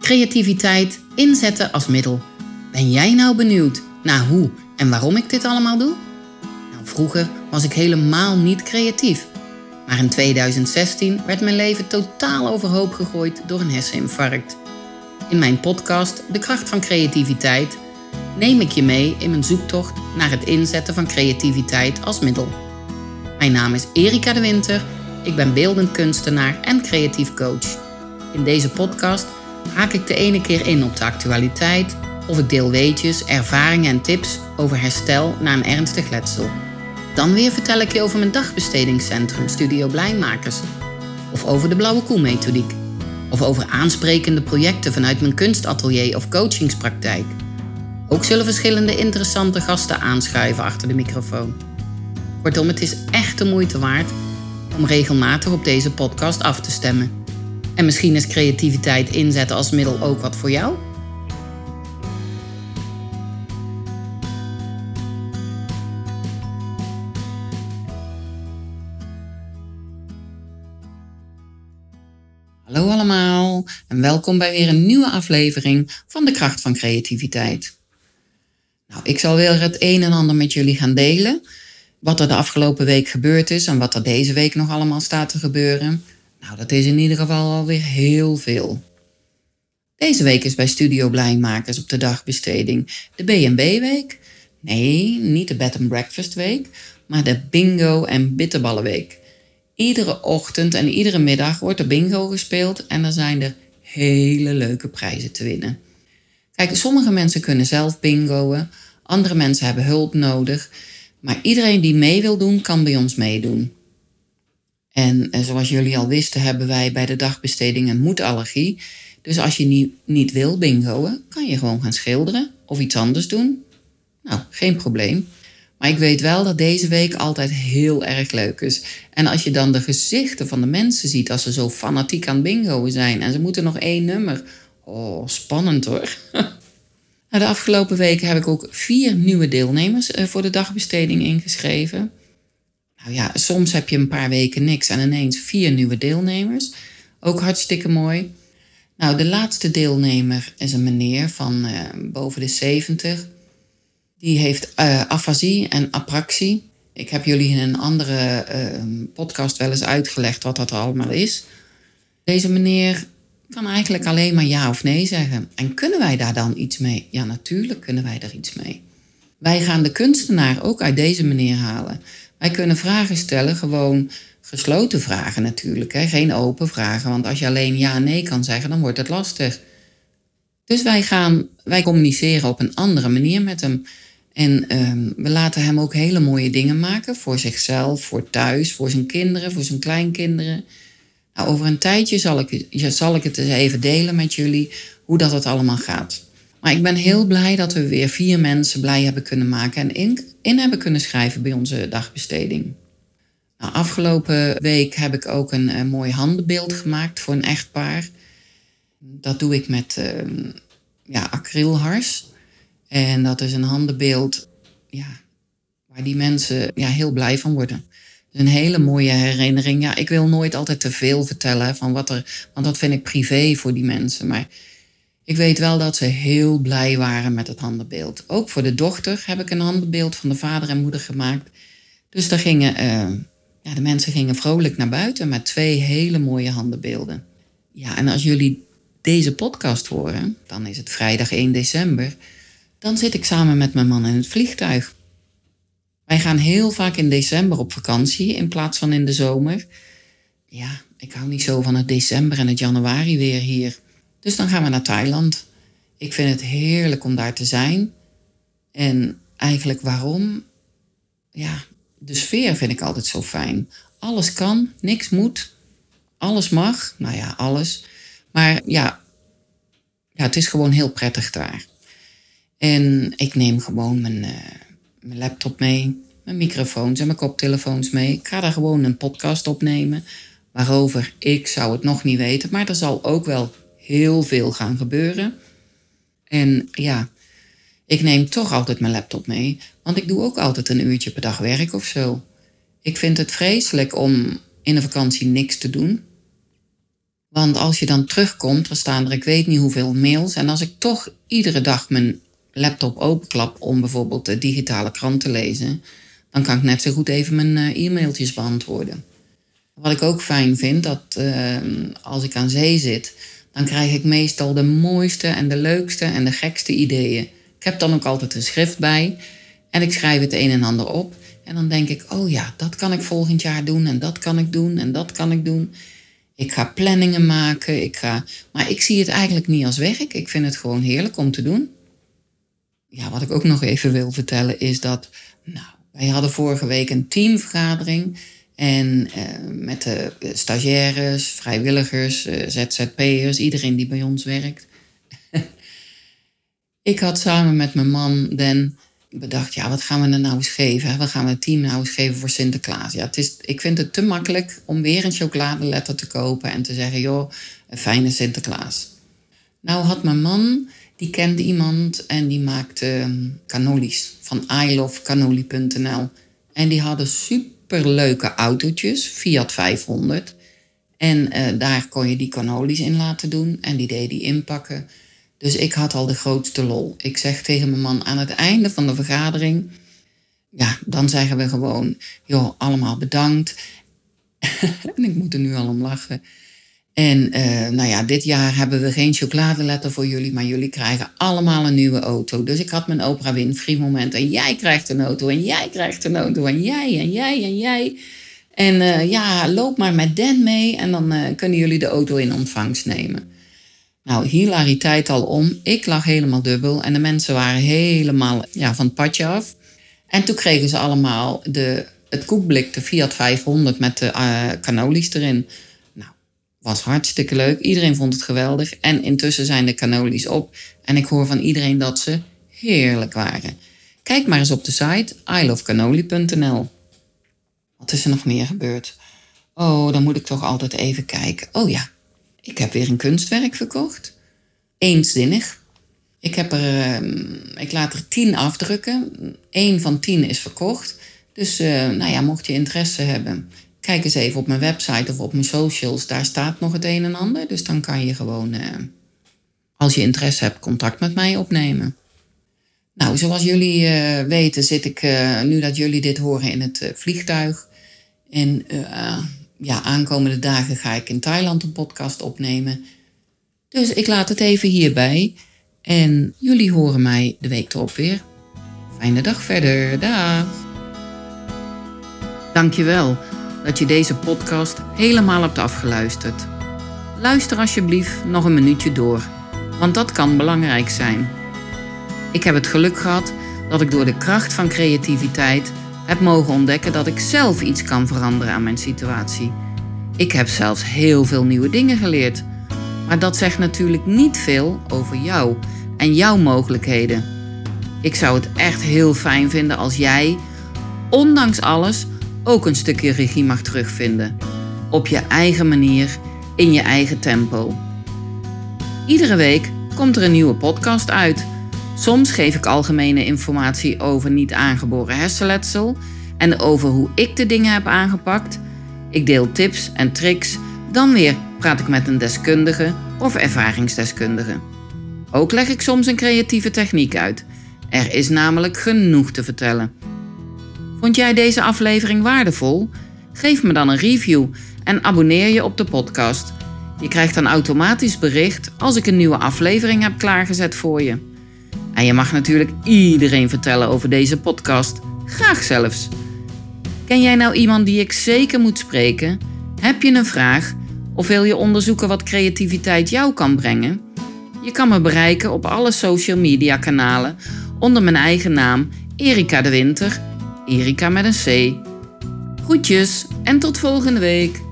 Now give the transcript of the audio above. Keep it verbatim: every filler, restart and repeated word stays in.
Creativiteit inzetten als middel. Ben jij nou benieuwd naar hoe en waarom ik dit allemaal doe? Nou, vroeger was ik helemaal niet creatief. Maar in tweeduizend zestien werd mijn leven totaal overhoop gegooid door een herseninfarct. In mijn podcast De Kracht van Creativiteit neem ik je mee in mijn zoektocht naar het inzetten van creativiteit als middel. Mijn naam is Erika de Winter, ik ben beeldend kunstenaar en creatief coach. In deze podcast haak ik de ene keer in op de actualiteit of ik deel weetjes, ervaringen en tips over herstel na een ernstig letsel. Dan weer vertel ik je over mijn dagbestedingscentrum Studio Blijmakers. Of over de Blauwe Koe methodiek. Of over aansprekende projecten vanuit mijn kunstatelier of coachingspraktijk. Ook zullen verschillende interessante gasten aanschuiven achter de microfoon. Kortom, het is echt de moeite waard om regelmatig op deze podcast af te stemmen. En misschien is creativiteit inzetten als middel ook wat voor jou? Hallo allemaal en welkom bij weer een nieuwe aflevering van De Kracht van Creativiteit. Nou, ik zal weer het een en ander met jullie gaan delen. Wat er de afgelopen week gebeurd is en wat er deze week nog allemaal staat te gebeuren. Nou, dat is in ieder geval alweer heel veel. Deze week is bij Studio Blijmakers op de dagbesteding de B en B-week. Nee, niet de Bed and Breakfast week, maar de Bingo en Bitterballenweek. Iedere ochtend en iedere middag wordt er bingo gespeeld en er zijn er hele leuke prijzen te winnen. Kijk, sommige mensen kunnen zelf bingoen, andere mensen hebben hulp nodig, maar iedereen die mee wil doen, kan bij ons meedoen. En, en zoals jullie al wisten, hebben wij bij de dagbesteding een moedallergie. Dus als je niet, niet wil bingoen, kan je gewoon gaan schilderen of iets anders doen. Nou, geen probleem. Maar ik weet wel dat deze week altijd heel erg leuk is. En als je dan de gezichten van de mensen ziet als ze zo fanatiek aan bingoen zijn en ze moeten nog één nummer. Oh, spannend hoor. Nou, de afgelopen weken heb ik ook vier nieuwe deelnemers voor de dagbesteding ingeschreven. Nou ja, soms heb je een paar weken niks en ineens vier nieuwe deelnemers. Ook hartstikke mooi. Nou, de laatste deelnemer is een meneer van uh, boven de zeventig. Die heeft uh, afasie en apraxie. Ik heb jullie in een andere uh, podcast wel eens uitgelegd wat dat allemaal is. Deze meneer kan eigenlijk alleen maar ja of nee zeggen. En kunnen wij daar dan iets mee? Ja, natuurlijk kunnen wij daar iets mee. Wij gaan de kunstenaar ook uit deze meneer halen. Wij kunnen vragen stellen, gewoon gesloten vragen natuurlijk. Hè? Geen open vragen, want als je alleen ja en nee kan zeggen, dan wordt het lastig. Dus wij, gaan, wij communiceren op een andere manier met hem. En um, we laten hem ook hele mooie dingen maken voor zichzelf, voor thuis, voor zijn kinderen, voor zijn kleinkinderen. Nou, over een tijdje zal ik, zal ik het eens even delen met jullie hoe dat het allemaal gaat. Maar ik ben heel blij dat we weer vier mensen blij hebben kunnen maken en in, in hebben kunnen schrijven bij onze dagbesteding. Nou, afgelopen week heb ik ook een, een mooi handenbeeld gemaakt voor een echtpaar. Dat doe ik met uh, ja, acrylhars. En dat is een handenbeeld ja, waar die mensen ja, heel blij van worden. Dus een hele mooie herinnering. Ja, ik wil nooit altijd te veel vertellen van wat er, want dat vind ik privé voor die mensen. Maar ik weet wel dat ze heel blij waren met het handenbeeld. Ook voor de dochter heb ik een handenbeeld van de vader en moeder gemaakt. Dus daar gingen, uh, ja, de mensen gingen vrolijk naar buiten met twee hele mooie handenbeelden. Ja, en als jullie deze podcast horen, dan is het vrijdag één december... Dan zit ik samen met mijn man in het vliegtuig. Wij gaan heel vaak in december op vakantie in plaats van in de zomer. Ja, ik hou niet zo van het december en het januari weer hier. Dus dan gaan we naar Thailand. Ik vind het heerlijk om daar te zijn. En eigenlijk waarom? Ja, de sfeer vind ik altijd zo fijn. Alles kan, niks moet. Alles mag. Nou ja, alles. Maar ja, ja het is gewoon heel prettig daar. En ik neem gewoon mijn, uh, mijn laptop mee, mijn microfoons en mijn koptelefoons mee. Ik ga daar gewoon een podcast opnemen, waarover ik zou het nog niet weten. Maar er zal ook wel heel veel gaan gebeuren. En ja, ik neem toch altijd mijn laptop mee, want ik doe ook altijd een uurtje per dag werk of zo. Ik vind het vreselijk om in een vakantie niks te doen. Want als je dan terugkomt, dan staan er ik weet niet hoeveel mails. En als ik toch iedere dag mijn laptop openklap om bijvoorbeeld de digitale krant te lezen, dan kan ik net zo goed even mijn uh, e-mailtjes beantwoorden. Wat ik ook fijn vind, dat uh, als ik aan zee zit, dan krijg ik meestal de mooiste en de leukste en de gekste ideeën. Ik heb dan ook altijd een schrift bij en ik schrijf het een en ander op. En dan denk ik, oh ja, dat kan ik volgend jaar doen en dat kan ik doen en dat kan ik doen. Ik ga planningen maken, ik ga... maar ik zie het eigenlijk niet als werk. Ik vind het gewoon heerlijk om te doen. Ja, wat ik ook nog even wil vertellen is dat... nou, wij hadden vorige week een teamvergadering. En uh, met de stagiaires, vrijwilligers, uh, Z Z P'ers, iedereen die bij ons werkt. Ik had samen met mijn man Den bedacht, ja, wat gaan we er nou eens geven? Wat gaan we het team nou eens geven voor Sinterklaas? Ja, het is, ik vind het te makkelijk om weer een chocoladeletter te kopen en te zeggen, joh, een fijne Sinterklaas. Nou had mijn man, die kende iemand en die maakte um, cannolis van i love cannoli punt n l. En die hadden superleuke autootjes, Fiat vijfhonderd. En uh, daar kon je die cannolis in laten doen en die deed die inpakken. Dus ik had al de grootste lol. Ik zeg tegen mijn man aan het einde van de vergadering, ja, dan zeggen we gewoon, joh, allemaal bedankt. En ik moet er nu al om lachen. En uh, nou ja, dit jaar hebben we geen chocoladeletter voor jullie, maar jullie krijgen allemaal een nieuwe auto. Dus ik had mijn Oprah Winfrey moment. En jij krijgt een auto, en jij krijgt een auto, en jij, en jij, en jij. En uh, ja, loop maar met Dan mee en dan uh, kunnen jullie de auto in ontvangst nemen. Nou, hilariteit al om. Ik lag helemaal dubbel en de mensen waren helemaal ja, van het padje af. En toen kregen ze allemaal de, het koekblik, de Fiat vijfhonderd met de uh, cannolis erin. Nou, was hartstikke leuk. Iedereen vond het geweldig. En intussen zijn de cannolis op. En ik hoor van iedereen dat ze heerlijk waren. Kijk maar eens op de site i love cannoli punt n l. Wat is er nog meer gebeurd? Oh, dan moet ik toch altijd even kijken. Oh ja. Ik heb weer een kunstwerk verkocht. Eenszinnig. Ik, heb er, uh, ik laat er tien afdrukken. Eén van tien is verkocht. Dus uh, nou ja, mocht je interesse hebben, kijk eens even op mijn website of op mijn socials. Daar staat nog het een en ander. Dus dan kan je gewoon, uh, als je interesse hebt, contact met mij opnemen. Nou, zoals jullie uh, weten zit ik, uh, nu dat jullie dit horen, in het uh, vliegtuig. En... Uh, Ja, aankomende dagen ga ik in Thailand een podcast opnemen. Dus ik laat het even hierbij. En jullie horen mij de week erop weer. Fijne dag verder. Dag. Dankjewel dat je deze podcast helemaal hebt afgeluisterd. Luister alsjeblieft nog een minuutje door. Want dat kan belangrijk zijn. Ik heb het geluk gehad dat ik door de kracht van creativiteit heb mogen ontdekken dat ik zelf iets kan veranderen aan mijn situatie. Ik heb zelfs heel veel nieuwe dingen geleerd. Maar dat zegt natuurlijk niet veel over jou en jouw mogelijkheden. Ik zou het echt heel fijn vinden als jij, ondanks alles, ook een stukje regie mag terugvinden. Op je eigen manier, in je eigen tempo. Iedere week komt er een nieuwe podcast uit. Soms geef ik algemene informatie over niet aangeboren hersenletsel en over hoe ik de dingen heb aangepakt. Ik deel tips en tricks, dan weer praat ik met een deskundige of ervaringsdeskundige. Ook leg ik soms een creatieve techniek uit. Er is namelijk genoeg te vertellen. Vond jij deze aflevering waardevol? Geef me dan een review en abonneer je op de podcast. Je krijgt dan automatisch bericht als ik een nieuwe aflevering heb klaargezet voor je. En je mag natuurlijk iedereen vertellen over deze podcast. Graag zelfs. Ken jij nou iemand die ik zeker moet spreken? Heb je een vraag? Of wil je onderzoeken wat creativiteit jou kan brengen? Je kan me bereiken op alle social media kanalen onder mijn eigen naam Erika de Winter. Erika met een C. Groetjes en tot volgende week.